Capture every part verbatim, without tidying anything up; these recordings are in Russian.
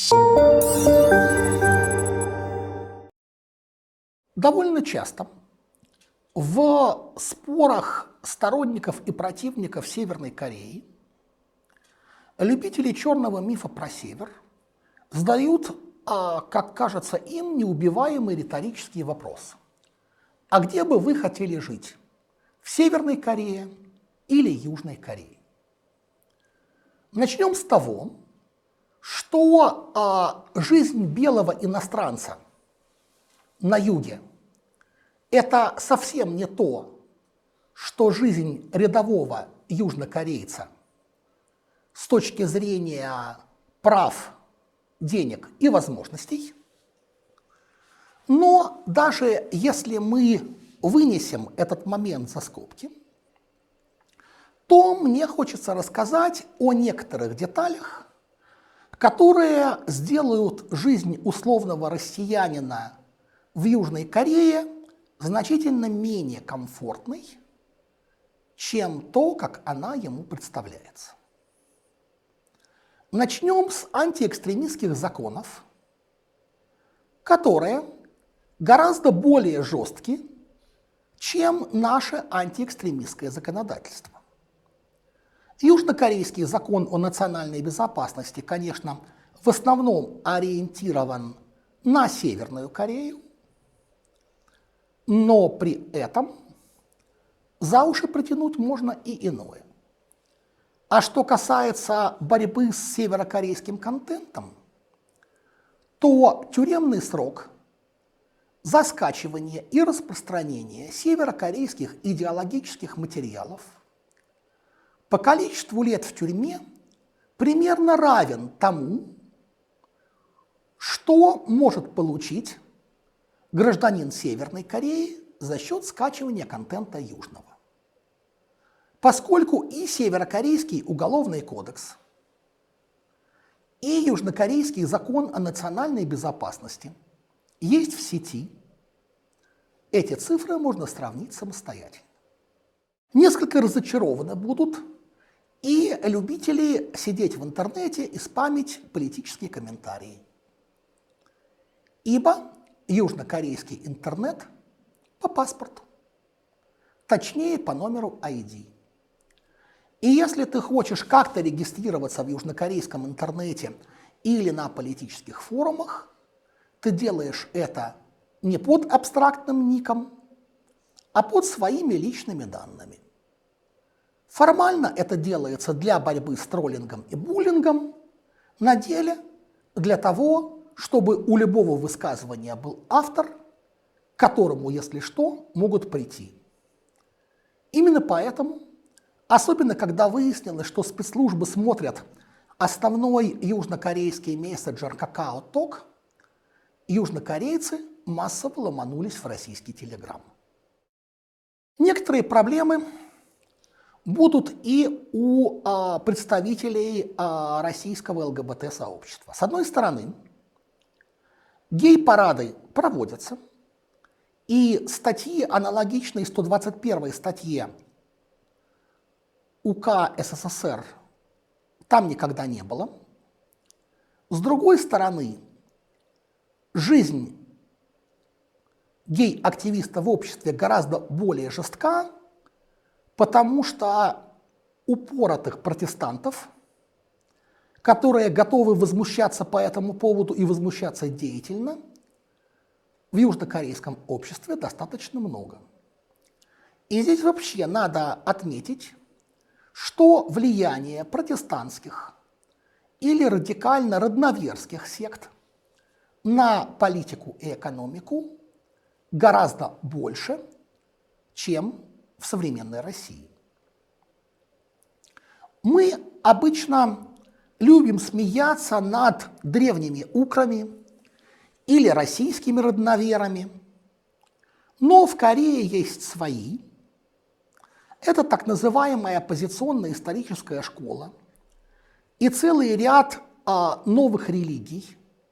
Довольно часто в спорах сторонников и противников Северной Кореи любители черного мифа про Север задают, как кажется им, неубиваемый риторический вопрос. А где бы вы хотели жить? В Северной Корее или Южной Корее? Начнем с того, что а, жизнь белого иностранца на юге – это совсем не то, что жизнь рядового южнокорейца с точки зрения прав, денег и возможностей. Но даже если мы вынесем этот момент за скобки, то мне хочется рассказать о некоторых деталях, которые сделают жизнь условного россиянина в Южной Корее значительно менее комфортной, чем то, как она ему представляется. Начнем с антиэкстремистских законов, которые гораздо более жесткие, чем наше антиэкстремистское законодательство. Южнокорейский закон о национальной безопасности, конечно, в основном ориентирован на Северную Корею, но при этом за уши притянуть можно и иное. А что касается борьбы с северокорейским контентом, то тюремный срок за скачивание и распространение северокорейских идеологических материалов по количеству лет в тюрьме примерно равен тому, что может получить гражданин Северной Кореи за счет скачивания контента Южного. Поскольку и Северокорейский уголовный кодекс, и Южнокорейский закон о национальной безопасности есть в сети, эти цифры можно сравнить самостоятельно. Несколько разочарованы будут и любители сидеть в интернете и спамить политические комментарии. Ибо южнокорейский интернет по паспорту, точнее по номеру ай ди. И если ты хочешь как-то регистрироваться в южнокорейском интернете или на политических форумах, ты делаешь это не под абстрактным ником, а под своими личными данными. Формально это делается для борьбы с троллингом и буллингом, на деле для того, чтобы у любого высказывания был автор, к которому, если что, могут прийти. Именно поэтому, особенно когда выяснилось, что спецслужбы смотрят основной южнокорейский мессенджер KakaoTalk, южнокорейцы массово ломанулись в российский Телеграм. Некоторые проблемы будут и у а, представителей а, российского эл гэ бэ тэ-сообщества. С одной стороны, гей-парады проводятся, и статьи, аналогичные сто двадцать первой статье УК эс эс эс эр, там никогда не было. С другой стороны, жизнь гей-активиста в обществе гораздо более жестка, потому что упоротых протестантов, которые готовы возмущаться по этому поводу и возмущаться деятельно, в южнокорейском обществе достаточно много. И здесь вообще надо отметить, что влияние протестантских или радикально-родноверских сект на политику и экономику гораздо больше, чем в современной России. Мы обычно любим смеяться над древними украми или российскими родноверами, но в Корее есть свои. Это так называемая оппозиционная историческая школа и целый ряд а, новых религий,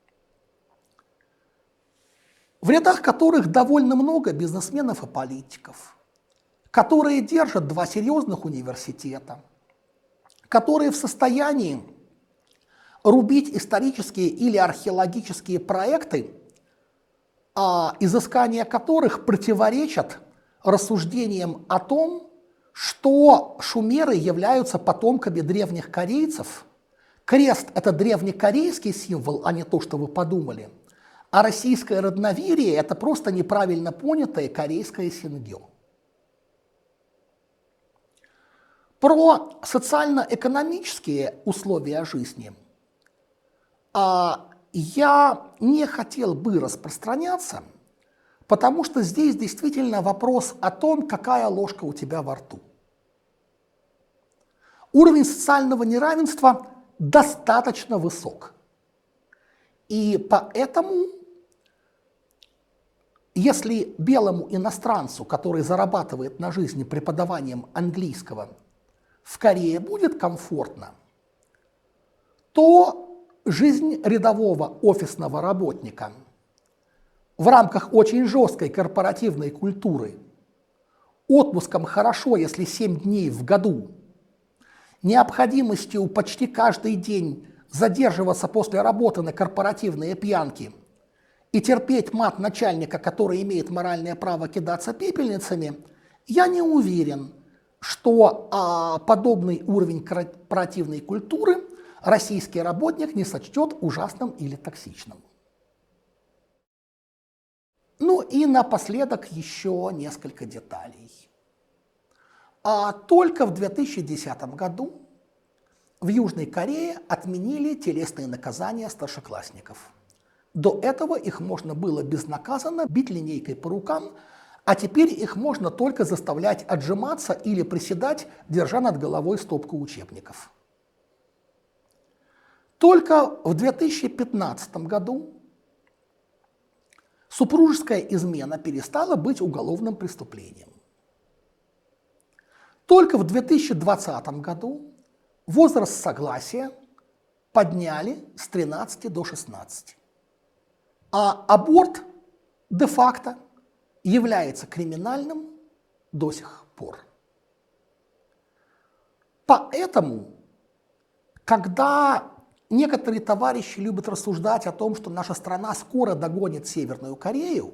в рядах которых довольно много бизнесменов и политиков, которые держат два серьезных университета, которые в состоянии рубить исторические или археологические проекты, а, изыскания которых противоречат рассуждениям о том, что шумеры являются потомками древних корейцев. Крест – это древнекорейский символ, а не то, что вы подумали. А российское родноверие – это просто неправильно понятое корейское сингё. Про социально-экономические условия жизни а, я не хотел бы распространяться, потому что здесь действительно вопрос о том, какая ложка у тебя во рту. Уровень социального неравенства достаточно высок. И поэтому, если белому иностранцу, который зарабатывает на жизни преподаванием английского, в Корее будет комфортно, то жизнь рядового офисного работника в рамках очень жесткой корпоративной культуры, отпуском хорошо, если семь дней в году, необходимостью почти каждый день задерживаться после работы на корпоративные пьянки и терпеть мат начальника, который имеет моральное право кидаться пепельницами, я не уверен, что а, подобный уровень корпоративной культуры российский работник не сочтет ужасным или токсичным. Ну и напоследок еще несколько деталей. А только в две тысячи десятом году в Южной Корее отменили телесные наказания старшеклассников. До этого их можно было безнаказанно бить линейкой по рукам, а теперь их можно только заставлять отжиматься или приседать, держа над головой стопку учебников. Только в две тысячи пятнадцатом году супружеская измена перестала быть уголовным преступлением. Только в две тысячи двадцатом году возраст согласия подняли с тринадцати до шестнадцати. А аборт де-факто является криминальным до сих пор. Поэтому, когда некоторые товарищи любят рассуждать о том, что наша страна скоро догонит Северную Корею,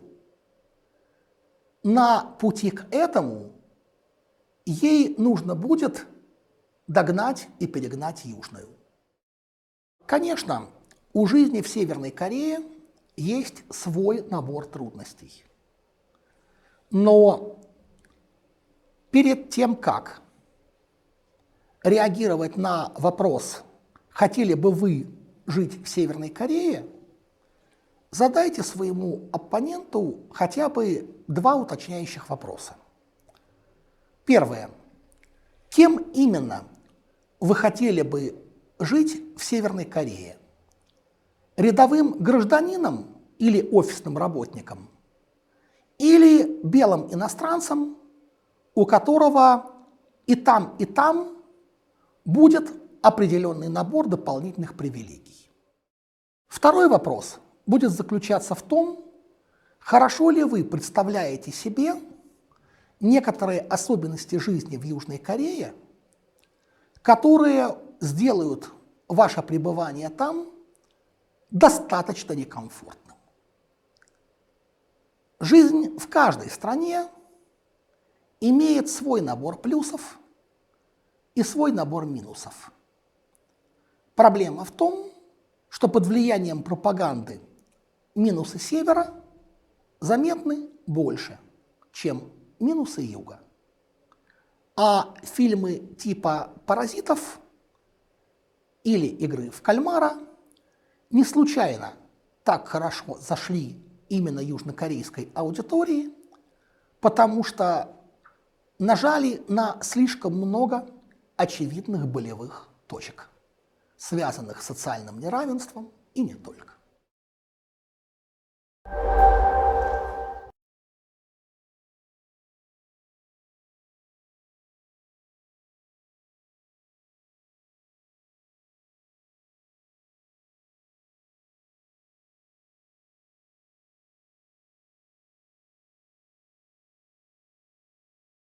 на пути к этому ей нужно будет догнать и перегнать Южную. Конечно, у жизни в Северной Корее есть свой набор трудностей. Но перед тем, как реагировать на вопрос, хотели бы вы жить в Северной Корее, задайте своему оппоненту хотя бы два уточняющих вопроса. Первое. Кем именно вы хотели бы жить в Северной Корее? Рядовым гражданином или офисным работником? Или белым иностранцем, у которого и там, и там будет определенный набор дополнительных привилегий? Второй вопрос будет заключаться в том, хорошо ли вы представляете себе некоторые особенности жизни в Южной Корее, которые сделают ваше пребывание там достаточно некомфортным. Жизнь в каждой стране имеет свой набор плюсов и свой набор минусов. Проблема в том, что под влиянием пропаганды минусы Севера заметны больше, чем минусы Юга. А фильмы типа «Паразитов» или «Игры в кальмара» не случайно так хорошо зашли именно южнокорейской аудитории, потому что нажали на слишком много очевидных болевых точек, связанных с социальным неравенством и не только.